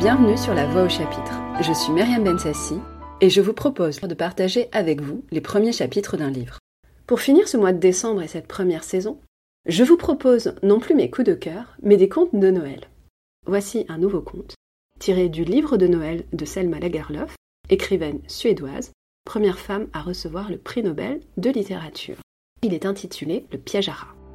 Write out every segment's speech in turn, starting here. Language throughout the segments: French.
Bienvenue sur La Voix au chapitre. Je suis Myriam Bensassi et je vous propose de partager avec vous les premiers chapitres d'un livre. Pour finir ce mois de décembre et cette première saison, je vous propose non plus mes coups de cœur, mais des contes de Noël. Voici un nouveau conte, tiré du livre de Noël de Selma Lagerlöf, écrivaine suédoise, première femme à recevoir le prix Nobel de littérature. Il est intitulé Le piège à rats.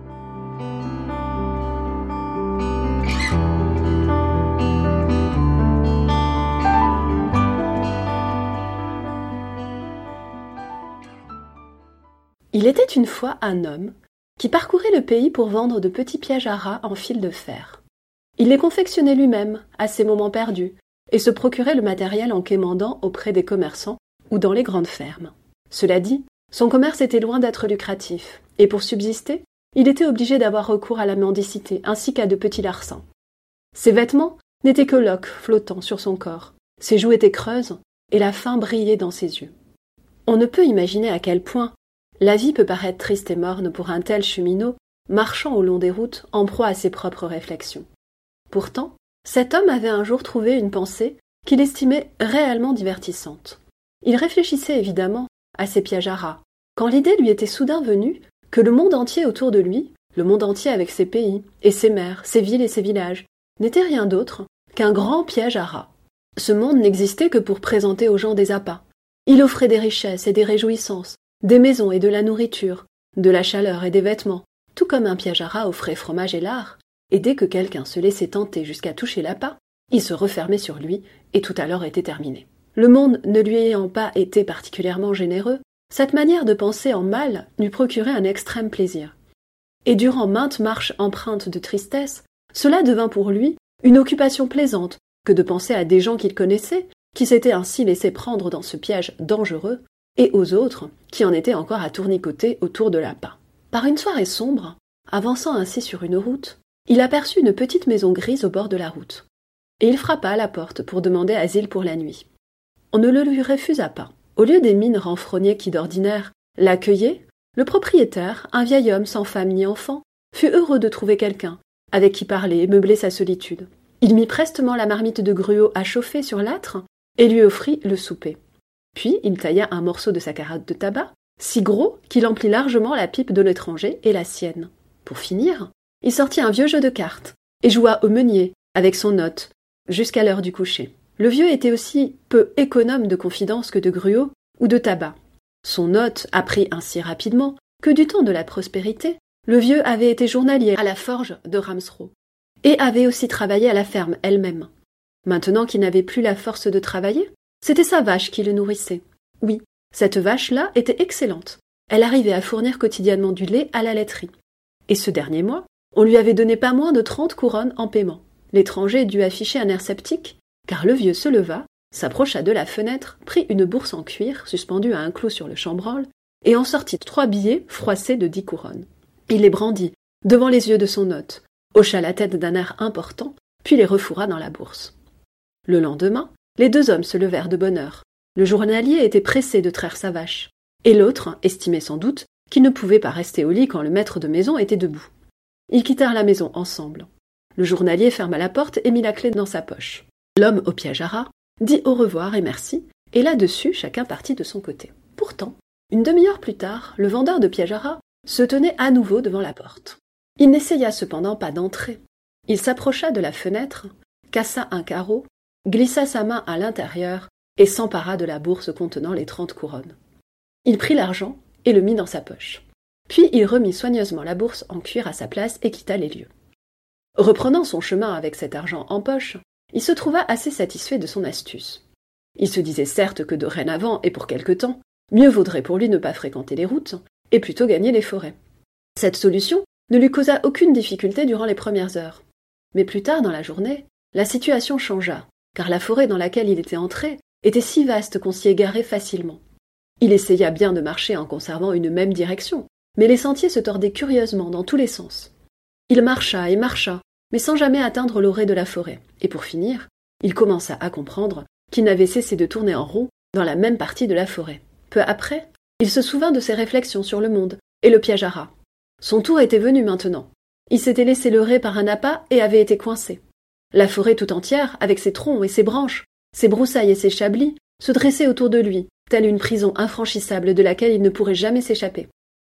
Il était une fois un homme qui parcourait le pays pour vendre de petits pièges à rats en fil de fer. Il les confectionnait lui-même, à ses moments perdus, et se procurait le matériel en quémandant auprès des commerçants ou dans les grandes fermes. Cela dit, son commerce était loin d'être lucratif, et pour subsister, il était obligé d'avoir recours à la mendicité ainsi qu'à de petits larcins. Ses vêtements n'étaient que loques flottant sur son corps, ses joues étaient creuses, et la faim brillait dans ses yeux. On ne peut imaginer à quel point la vie peut paraître triste et morne pour un tel cheminot, marchant au long des routes, en proie à ses propres réflexions. Pourtant, cet homme avait un jour trouvé une pensée qu'il estimait réellement divertissante. Il réfléchissait évidemment à ses pièges à rats, quand l'idée lui était soudain venue que le monde entier autour de lui, le monde entier avec ses pays, et ses mers, ses villes et ses villages, n'était rien d'autre qu'un grand piège à rats. Ce monde n'existait que pour présenter aux gens des appâts. Il offrait des richesses et des réjouissances, des maisons et de la nourriture, de la chaleur et des vêtements, tout comme un piège à rats offrait fromage et lard, et dès que quelqu'un se laissait tenter jusqu'à toucher l'appât, il se refermait sur lui, et tout alors était terminé. Le monde ne lui ayant pas été particulièrement généreux, cette manière de penser en mal lui procurait un extrême plaisir. Et durant maintes marches empreintes de tristesse, cela devint pour lui une occupation plaisante que de penser à des gens qu'il connaissait, qui s'étaient ainsi laissés prendre dans ce piège dangereux, et aux autres qui en étaient encore à tournicoter autour de l'appât. Par une soirée sombre, avançant ainsi sur une route, il aperçut une petite maison grise au bord de la route, et il frappa à la porte pour demander asile pour la nuit. On ne le lui refusa pas. Au lieu des mines renfrognées qui d'ordinaire l'accueillaient, le propriétaire, un vieil homme sans femme ni enfant, fut heureux de trouver quelqu'un avec qui parler et meubler sa solitude. Il mit prestement la marmite de gruau à chauffer sur l'âtre et lui offrit le souper. Puis il tailla un morceau de sa carotte de tabac, si gros qu'il emplit largement la pipe de l'étranger et la sienne. Pour finir, il sortit un vieux jeu de cartes et joua au meunier avec son hôte jusqu'à l'heure du coucher. Le vieux était aussi peu économe de confidences que de gruau ou de tabac. Son hôte apprit ainsi rapidement que du temps de la prospérité, le vieux avait été journalier à la forge de Ramsro et avait aussi travaillé à la ferme elle-même. Maintenant qu'il n'avait plus la force de travailler, c'était sa vache qui le nourrissait. Oui, cette vache-là était excellente. Elle arrivait à fournir quotidiennement du lait à la laiterie. Et ce dernier mois, on lui avait donné pas moins de 30 couronnes en paiement. L'étranger dut afficher un air sceptique, car le vieux se leva, s'approcha de la fenêtre, prit une bourse en cuir suspendue à un clou sur le chambranle, et en sortit 3 billets froissés de 10 couronnes. Il les brandit devant les yeux de son hôte, hocha la tête d'un air important, puis les refourra dans la bourse. Le lendemain, les 2 hommes se levèrent de bonne heure. Le journalier était pressé de traire sa vache, et l'autre estimait sans doute qu'il ne pouvait pas rester au lit quand le maître de maison était debout. Ils quittèrent la maison ensemble. Le journalier ferma la porte et mit la clé dans sa poche. L'homme au piège à rats dit au revoir et merci, et là-dessus chacun partit de son côté. Pourtant, une demi-heure plus tard, le vendeur de piège à rats se tenait à nouveau devant la porte. Il n'essaya cependant pas d'entrer. Il s'approcha de la fenêtre, cassa un carreau, glissa sa main à l'intérieur et s'empara de la bourse contenant les 30 couronnes. Il prit l'argent et le mit dans sa poche. Puis il remit soigneusement la bourse en cuir à sa place et quitta les lieux. Reprenant son chemin avec cet argent en poche, il se trouva assez satisfait de son astuce. Il se disait certes que dorénavant et pour quelque temps, mieux vaudrait pour lui ne pas fréquenter les routes et plutôt gagner les forêts. Cette solution ne lui causa aucune difficulté durant les premières heures. Mais plus tard dans la journée, la situation changea, car la forêt dans laquelle il était entré était si vaste qu'on s'y égarait facilement. Il essaya bien de marcher en conservant une même direction, mais les sentiers se tordaient curieusement dans tous les sens. Il marcha et marcha, mais sans jamais atteindre l'orée de la forêt, et pour finir, il commença à comprendre qu'il n'avait cessé de tourner en rond dans la même partie de la forêt. Peu après, il se souvint de ses réflexions sur le monde et le piège à rats. Son tour était venu maintenant. Il s'était laissé leurrer par un appât et avait été coincé. La forêt tout entière, avec ses troncs et ses branches, ses broussailles et ses chablis, se dressait autour de lui, telle une prison infranchissable de laquelle il ne pourrait jamais s'échapper.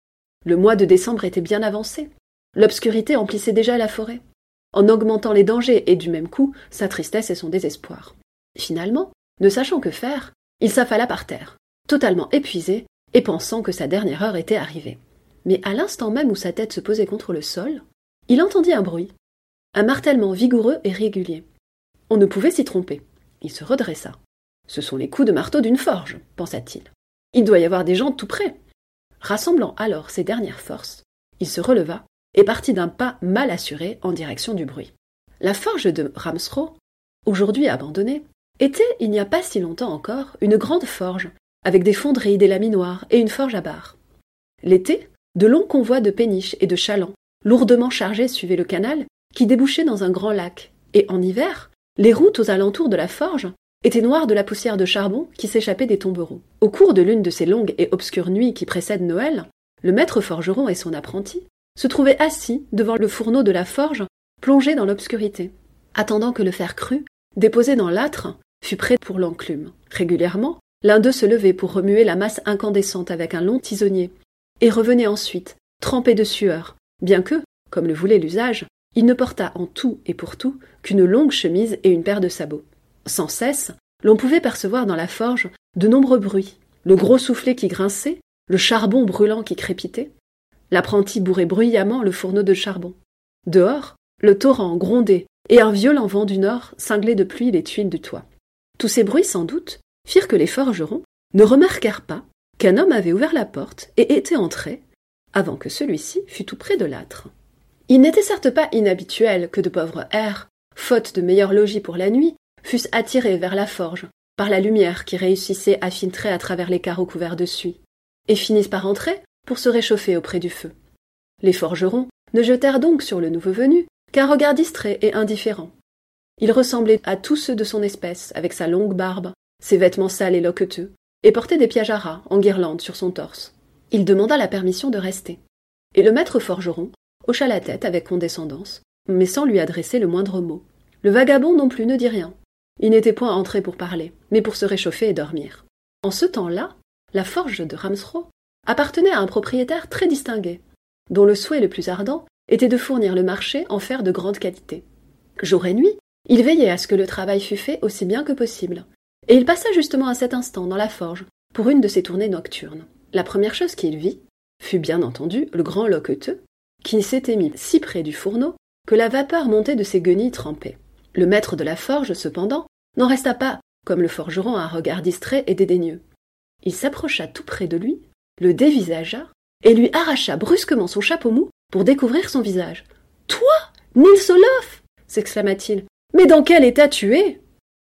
Le mois de décembre était bien avancé. L'obscurité emplissait déjà la forêt, en augmentant les dangers et du même coup sa tristesse et son désespoir. Finalement, ne sachant que faire, il s'affala par terre, totalement épuisé et pensant que sa dernière heure était arrivée. Mais à l'instant même où sa tête se posait contre le sol, il entendit un bruit, un martèlement vigoureux et régulier. On ne pouvait s'y tromper. Il se redressa. « Ce sont les coups de marteau d'une forge, pensa-t-il. Il doit y avoir des gens tout près. » Rassemblant alors ses dernières forces, il se releva et partit d'un pas mal assuré en direction du bruit. La forge de Ramsro, aujourd'hui abandonnée, était, il n'y a pas si longtemps encore, une grande forge, avec des fonderies, des laminoirs et une forge à barre. L'été, de longs convois de péniches et de chalands, lourdement chargés, suivaient le canal, qui débouchait dans un grand lac, et en hiver, les routes aux alentours de la forge étaient noires de la poussière de charbon qui s'échappait des tombereaux. Au cours de l'une de ces longues et obscures nuits qui précèdent Noël, le maître forgeron et son apprenti se trouvaient assis devant le fourneau de la forge, plongés dans l'obscurité, attendant que le fer cru, déposé dans l'âtre, fût prêt pour l'enclume. Régulièrement, l'un d'eux se levait pour remuer la masse incandescente avec un long tisonnier, et revenait ensuite, trempé de sueur, bien que, comme le voulait l'usage, il ne portât en tout et pour tout qu'une longue chemise et une paire de sabots. Sans cesse, l'on pouvait percevoir dans la forge de nombreux bruits, le gros soufflet qui grinçait, le charbon brûlant qui crépitait. L'apprenti bourrait bruyamment le fourneau de charbon. Dehors, le torrent grondait et un violent vent du nord cinglait de pluie les tuiles du toit. Tous ces bruits, sans doute, firent que les forgerons ne remarquèrent pas qu'un homme avait ouvert la porte et était entré, avant que celui-ci fût tout près de l'âtre. Il n'était certes pas inhabituel que de pauvres hères, faute de meilleur logis pour la nuit, fussent attirés vers la forge par la lumière qui réussissait à filtrer à travers les carreaux couverts de suie, et finissent par entrer pour se réchauffer auprès du feu. Les forgerons ne jetèrent donc sur le nouveau venu qu'un regard distrait et indifférent. Il ressemblait à tous ceux de son espèce, avec sa longue barbe, ses vêtements sales et loqueteux, et portait des pièges à rats en guirlande sur son torse. Il demanda la permission de rester, et le maître forgeron hocha la tête avec condescendance, mais sans lui adresser le moindre mot. Le vagabond non plus ne dit rien. Il n'était point entré pour parler, mais pour se réchauffer et dormir. En ce temps-là, la forge de Ramsro appartenait à un propriétaire très distingué, dont le souhait le plus ardent était de fournir le marché en fer de grande qualité. Jour et nuit, il veillait à ce que le travail fût fait aussi bien que possible, et il passa justement à cet instant dans la forge pour une de ses tournées nocturnes. La première chose qu'il vit fut bien entendu le grand loqueteux, qui s'était mis si près du fourneau que la vapeur montait de ses guenilles trempées. Le maître de la forge, cependant, n'en resta pas, comme le forgeron, un regard distrait et dédaigneux. Il s'approcha tout près de lui, le dévisagea, et lui arracha brusquement son chapeau mou pour découvrir son visage. « Toi, Nils Olof !» s'exclama-t-il. « Mais dans quel état tu es ?»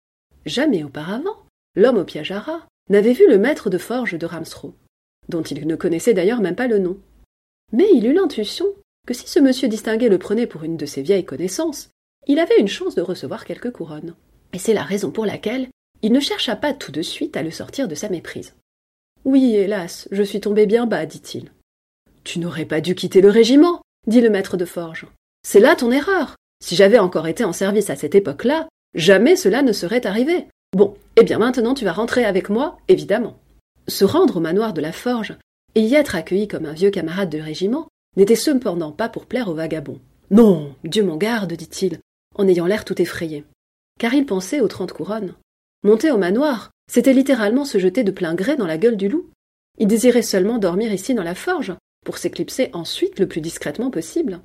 Jamais auparavant, l'homme au piège à rats n'avait vu le maître de forge de Ramsro, dont il ne connaissait d'ailleurs même pas le nom. Mais il eut l'intuition que si ce monsieur distingué le prenait pour une de ses vieilles connaissances, il avait une chance de recevoir quelques couronnes. Et c'est la raison pour laquelle il ne chercha pas tout de suite à le sortir de sa méprise. « Oui, hélas, je suis tombé bien bas, dit-il. »« Tu n'aurais pas dû quitter le régiment, dit le maître de forge. C'est là ton erreur. Si j'avais encore été en service à cette époque-là, jamais cela ne serait arrivé. Bon, eh bien maintenant tu vas rentrer avec moi, évidemment. » Se rendre au manoir de la forge et y être accueilli comme un vieux camarade de régiment n'était cependant pas pour plaire au vagabond. « Non, Dieu m'en garde, dit-il, en ayant l'air tout effrayé. Car il pensait aux 30 couronnes. Monter au manoir, c'était littéralement se jeter de plein gré dans la gueule du loup. Il désirait seulement dormir ici dans la forge, pour s'éclipser ensuite le plus discrètement possible.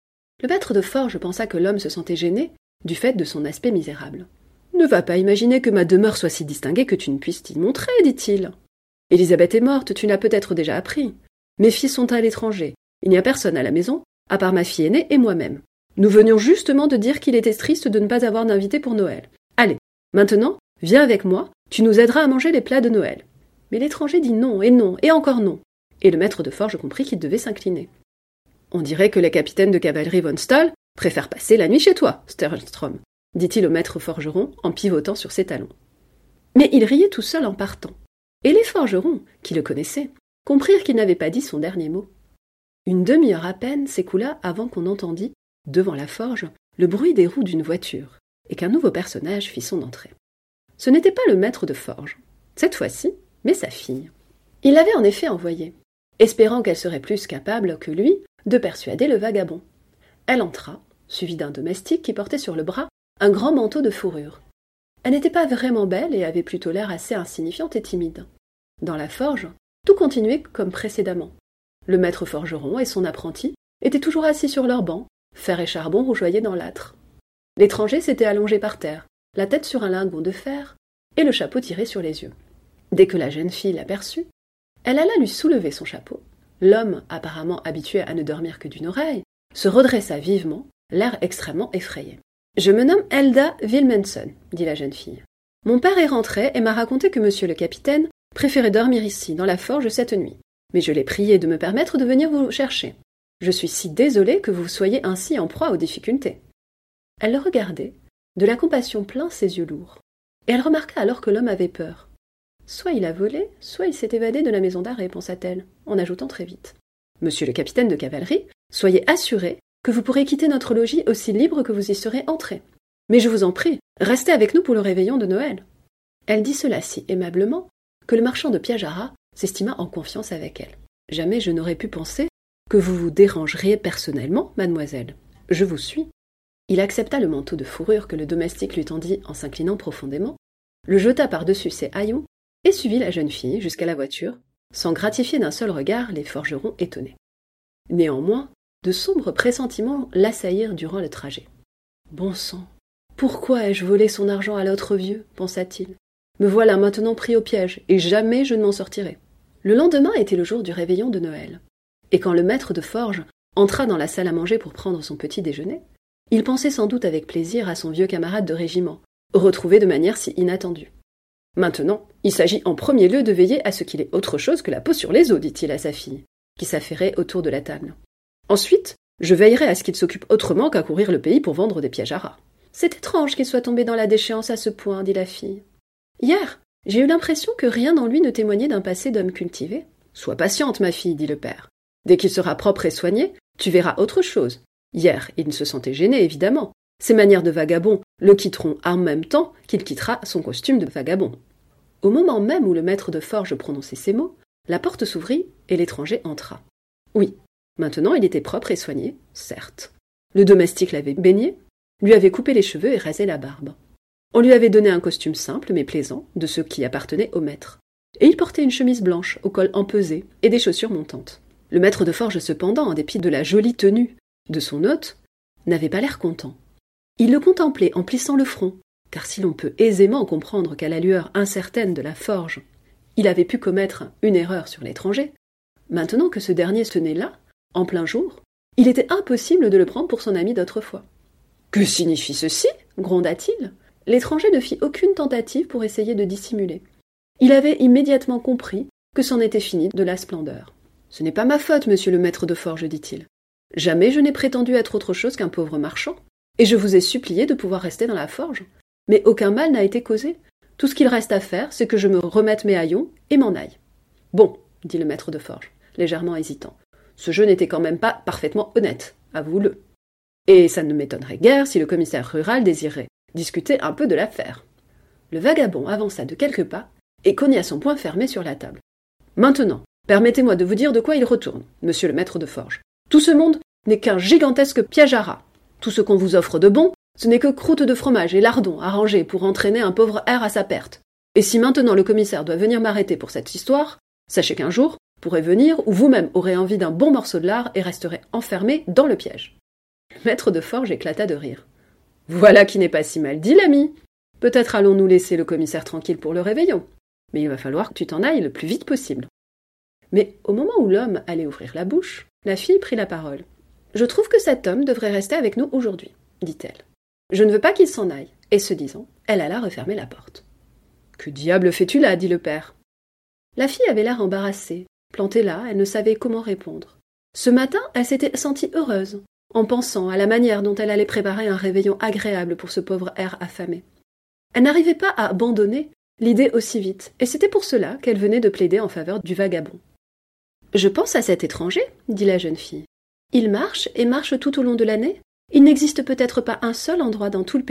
Le maître de forge pensa que l'homme se sentait gêné du fait de son aspect misérable. « Ne va pas imaginer que ma demeure soit si distinguée que tu ne puisses t'y montrer, dit-il. Élisabeth est morte, tu l'as peut-être déjà appris. Mes filles sont à l'étranger. Il n'y a personne à la maison, à part ma fille aînée et moi-même. Nous venions justement de dire qu'il était triste de ne pas avoir d'invité pour Noël. Allez, maintenant, viens avec moi, tu nous aideras à manger les plats de Noël. » Mais l'étranger dit non, et encore non. Et le maître de forge comprit qu'il devait s'incliner. « On dirait que les capitaines de cavalerie von Stahl préfèrent passer la nuit chez toi, Sternstrom, dit-il au maître forgeron en pivotant sur ses talons. Mais il riait tout seul en partant. Et les forgerons, qui le connaissaient, comprirent qu'il n'avait pas dit son dernier mot. Une demi-heure à peine s'écoula avant qu'on entendit, devant la forge, le bruit des roues d'une voiture, et qu'un nouveau personnage fit son entrée. Ce n'était pas le maître de forge, cette fois-ci, mais sa fille. Il l'avait en effet envoyée, espérant qu'elle serait plus capable que lui de persuader le vagabond. Elle entra, suivie d'un domestique qui portait sur le bras un grand manteau de fourrure. Elle n'était pas vraiment belle et avait plutôt l'air assez insignifiante et timide. Dans la forge, tout continuait comme précédemment. Le maître forgeron et son apprenti étaient toujours assis sur leur banc, fer et charbon rougeoyaient dans l'âtre. L'étranger s'était allongé par terre, la tête sur un lingot de fer et le chapeau tiré sur les yeux. Dès que la jeune fille l'aperçut, elle alla lui soulever son chapeau. L'homme, apparemment habitué à ne dormir que d'une oreille, se redressa vivement, l'air extrêmement effrayé. « Je me nomme Elda Wilmenson, dit la jeune fille. Mon père est rentré et m'a raconté que monsieur le capitaine préférait dormir ici, dans la forge, cette nuit. Mais je l'ai prié de me permettre de venir vous chercher. Je suis si désolée que vous soyez ainsi en proie aux difficultés. » Elle le regardait, de la compassion plein ses yeux lourds. Et elle remarqua alors que l'homme avait peur. Soit il a volé, soit il s'est évadé de la maison d'arrêt, pensa-t-elle, en ajoutant très vite. « Monsieur le capitaine de cavalerie, soyez assuré que vous pourrez quitter notre logis aussi libre que vous y serez entré. Mais je vous en prie, restez avec nous pour le réveillon de Noël. » Elle dit cela si aimablement que le marchand de pièges à rats s'estima en confiance avec elle. « Jamais je n'aurais pu penser que vous vous dérangeriez personnellement, mademoiselle. Je vous suis. » Il accepta le manteau de fourrure que le domestique lui tendit en s'inclinant profondément, le jeta par-dessus ses haillons et suivit la jeune fille jusqu'à la voiture, sans gratifier d'un seul regard les forgerons étonnés. Néanmoins, de sombres pressentiments l'assaillirent durant le trajet. « Bon sang, pourquoi ai-je volé son argent à l'autre vieux ?» pensa-t-il. « Me voilà maintenant pris au piège, et jamais je ne m'en sortirai. » Le lendemain était le jour du réveillon de Noël, et quand le maître de forge entra dans la salle à manger pour prendre son petit déjeuner, il pensait sans doute avec plaisir à son vieux camarade de régiment, retrouvé de manière si inattendue. « Maintenant, il s'agit en premier lieu de veiller à ce qu'il ait autre chose que la peau sur les os, dit-il à sa fille, qui s'affairait autour de la table. Ensuite, je veillerai à ce qu'il s'occupe autrement qu'à courir le pays pour vendre des pièges à rats. C'est étrange qu'il soit tombé dans la déchéance à ce point, dit la fille. Hier, j'ai eu l'impression que rien en lui ne témoignait d'un passé d'homme cultivé. Sois patiente, ma fille, dit le père. Dès qu'il sera propre et soigné, tu verras autre chose. Hier, il ne se sentait gêné, évidemment. Ses manières de vagabond le quitteront en même temps qu'il quittera son costume de vagabond. Au moment même où le maître de forge prononçait ces mots, la porte s'ouvrit et l'étranger entra. Oui, maintenant il était propre et soigné, certes. Le domestique l'avait baigné, lui avait coupé les cheveux et rasé la barbe. On lui avait donné un costume simple mais plaisant, de ceux qui appartenaient au maître. Et il portait une chemise blanche, au col empesé, et des chaussures montantes. Le maître de forge, cependant, en dépit de la jolie tenue de son hôte, n'avait pas l'air content. Il le contemplait en plissant le front, car si l'on peut aisément comprendre qu'à la lueur incertaine de la forge, il avait pu commettre une erreur sur l'étranger, maintenant que ce dernier se tenait là, en plein jour, il était impossible de le prendre pour son ami d'autrefois. « Que signifie ceci ?» gronda-t-il. L'étranger ne fit aucune tentative pour essayer de dissimuler. Il avait immédiatement compris que c'en était fini de la splendeur. « Ce n'est pas ma faute, monsieur le maître de forge, dit-il. Jamais je n'ai prétendu être autre chose qu'un pauvre marchand, et je vous ai supplié de pouvoir rester dans la forge. Mais aucun mal n'a été causé. Tout ce qu'il reste à faire, c'est que je me remette mes haillons et m'en aille. »« Bon, dit le maître de forge, légèrement hésitant, ce jeu n'était quand même pas parfaitement honnête, avouez-le. Et ça ne m'étonnerait guère si le commissaire rural désirait discuter un peu de l'affaire. » Le vagabond avança de quelques pas et cogna son poing fermé sur la table. « Maintenant, permettez-moi de vous dire de quoi il retourne, monsieur le maître de forge. Tout ce monde n'est qu'un gigantesque piège à rats. Tout ce qu'on vous offre de bon, ce n'est que croûte de fromage et lardons arrangés pour entraîner un pauvre hère à sa perte. Et si maintenant le commissaire doit venir m'arrêter pour cette histoire, sachez qu'un jour pourrait venir où vous-même aurez envie d'un bon morceau de lard et resterez enfermé dans le piège. » Le maître de forge éclata de rire. « Voilà qui n'est pas si mal dit, l'ami. Peut-être allons-nous laisser le commissaire tranquille pour le réveillon. Mais il va falloir que tu t'en ailles le plus vite possible. » Mais au moment où l'homme allait ouvrir la bouche, la fille prit la parole. « Je trouve que cet homme devrait rester avec nous aujourd'hui, dit-elle. Je ne veux pas qu'il s'en aille. » Et ce disant, elle alla refermer la porte. « Que diable fais-tu là » dit le père. La fille avait l'air embarrassée. Plantée là, elle ne savait comment répondre. Ce matin, elle s'était sentie heureuse, en pensant à la manière dont elle allait préparer un réveillon agréable pour ce pauvre hère affamé. Elle n'arrivait pas à abandonner l'idée aussi vite, et c'était pour cela qu'elle venait de plaider en faveur du vagabond. « Je pense à cet étranger, » dit la jeune fille. « Il marche et marche tout au long de l'année. Il n'existe peut-être pas un seul endroit dans tout le pays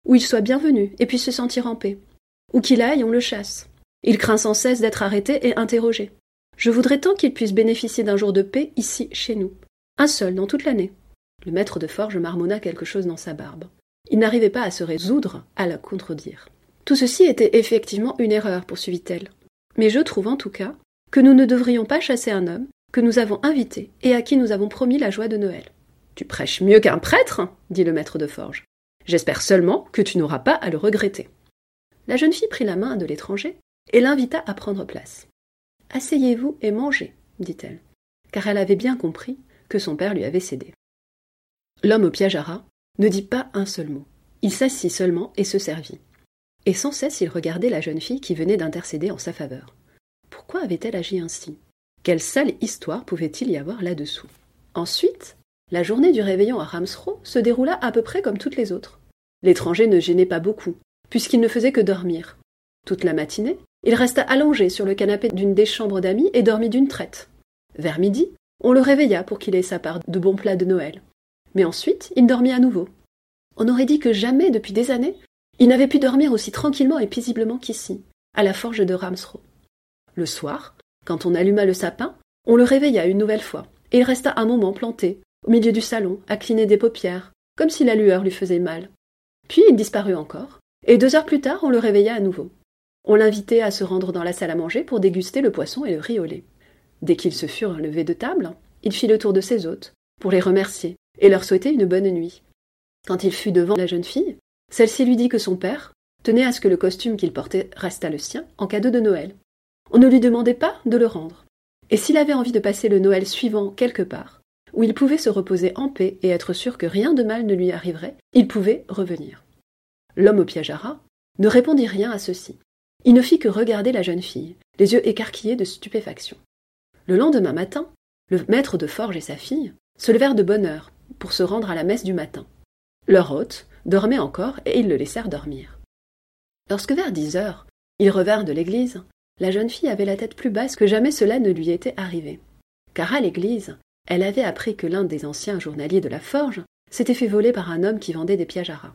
où il soit bienvenu et puisse se sentir en paix. Où qu'il aille, on le chasse. Il craint sans cesse d'être arrêté et interrogé. Je voudrais tant qu'il puisse bénéficier d'un jour de paix ici, chez nous. Un seul dans toute l'année. » Le maître de forge marmonna quelque chose dans sa barbe. Il n'arrivait pas à se résoudre à la contredire. « Tout ceci était effectivement une erreur, poursuivit-elle. Mais je trouve en tout cas que nous ne devrions pas chasser un homme que nous avons invité et à qui nous avons promis la joie de Noël. »« Tu prêches mieux qu'un prêtre, dit le maître de forge. J'espère seulement que tu n'auras pas à le regretter. » La jeune fille prit la main de l'étranger et l'invita à prendre place. « Asseyez-vous et mangez, dit-elle, car elle avait bien compris que son père lui avait cédé. L'homme au pyjama ne dit pas un seul mot. Il s'assit seulement et se servit. Et sans cesse il regardait la jeune fille qui venait d'intercéder en sa faveur. Pourquoi avait-elle agi ainsi? Quelle sale histoire pouvait-il y avoir là-dessous? Ensuite, la journée du réveillon à Ramsro se déroula à peu près comme toutes les autres. L'étranger ne gênait pas beaucoup, puisqu'il ne faisait que dormir. Toute la matinée, il resta allongé sur le canapé d'une des chambres d'amis et dormit d'une traite. Vers midi, on le réveilla pour qu'il ait sa part de bons plats de Noël. Mais ensuite, il dormit à nouveau. On aurait dit que jamais, depuis des années, il n'avait pu dormir aussi tranquillement et paisiblement qu'ici, à la forge de Ramsro. Le soir, quand on alluma le sapin, on le réveilla une nouvelle fois, et il resta un moment planté, au milieu du salon, à cligner des paupières, comme si la lueur lui faisait mal. Puis il disparut encore, et 2 heures plus tard, on le réveilla à nouveau. On l'invitait à se rendre dans la salle à manger pour déguster le poisson et le riz au lait. Dès qu'ils se furent levés de table, il fit le tour de ses hôtes, pour les remercier, et leur souhaiter une bonne nuit. Quand il fut devant la jeune fille, celle-ci lui dit que son père tenait à ce que le costume qu'il portait restât le sien en cadeau de Noël. On ne lui demandait pas de le rendre. Et s'il avait envie de passer le Noël suivant quelque part, où il pouvait se reposer en paix et être sûr que rien de mal ne lui arriverait, il pouvait revenir. L'homme au pyjama ne répondit rien à ceci. Il ne fit que regarder la jeune fille, les yeux écarquillés de stupéfaction. Le lendemain matin, le maître de forge et sa fille se levèrent de bonne heure pour se rendre à la messe du matin. Leur hôte dormait encore et ils le laissèrent dormir. Lorsque vers 10 heures, ils revinrent de l'église, la jeune fille avait la tête plus basse que jamais cela ne lui était arrivé. Car à l'église, elle avait appris que l'un des anciens journaliers de la forge s'était fait voler par un homme qui vendait des pyjamas.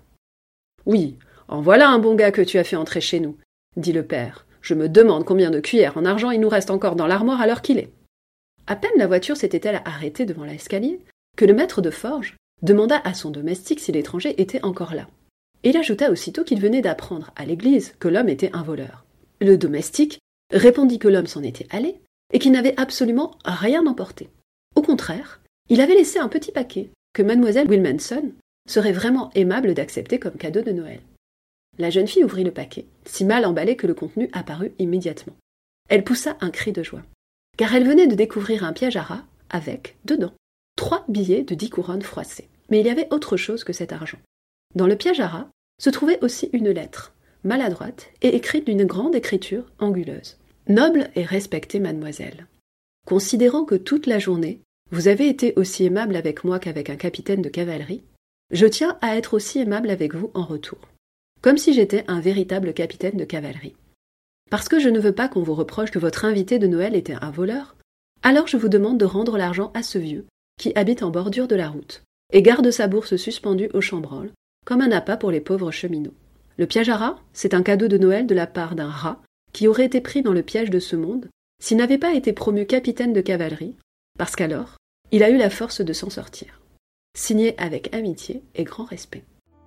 « Oui, en voilà un bon gars que tu as fait entrer chez nous, » dit le père. « Je me demande combien de cuillères en argent il nous reste encore dans l'armoire à l'heure qu'il est. » À peine la voiture s'était-elle arrêtée devant l'escalier que le maître de forge demanda à son domestique si l'étranger était encore là. Et il ajouta aussitôt qu'il venait d'apprendre à l'église que l'homme était un voleur. Le domestique répondit que l'homme s'en était allé et qu'il n'avait absolument rien emporté. Au contraire, il avait laissé un petit paquet que mademoiselle Wilmanson serait vraiment aimable d'accepter comme cadeau de Noël. La jeune fille ouvrit le paquet, si mal emballé que le contenu apparut immédiatement. Elle poussa un cri de joie, car elle venait de découvrir un pyjama avec, dedans, 3 billets de 10 couronnes froissées. Mais il y avait autre chose que cet argent. Dans le pyjama se trouvait aussi une lettre, maladroite et écrite d'une grande écriture anguleuse. « Noble et respectée mademoiselle, considérant que toute la journée, vous avez été aussi aimable avec moi qu'avec un capitaine de cavalerie, je tiens à être aussi aimable avec vous en retour, comme si j'étais un véritable capitaine de cavalerie. Parce que je ne veux pas qu'on vous reproche que votre invité de Noël était un voleur, alors je vous demande de rendre l'argent à ce vieux, qui habite en bordure de la route, et garde sa bourse suspendue au chambranle, comme un appât pour les pauvres cheminots. Le pyjama, c'est un cadeau de Noël de la part d'un rat qui aurait été pris dans le piège de ce monde s'il n'avait pas été promu capitaine de cavalerie, parce qu'alors, il a eu la force de s'en sortir. Signé avec amitié et grand respect.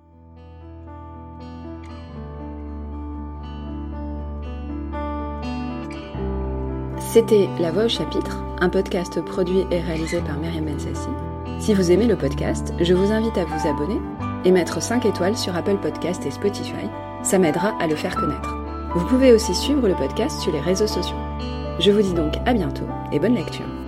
C'était La Voix au chapitre, un podcast produit et réalisé par Myriam Bensassi. Si vous aimez le podcast, je vous invite à vous abonner et mettre 5 étoiles sur Apple Podcasts et Spotify, ça m'aidera à le faire connaître. Vous pouvez aussi suivre le podcast sur les réseaux sociaux. Je vous dis donc à bientôt et bonne lecture.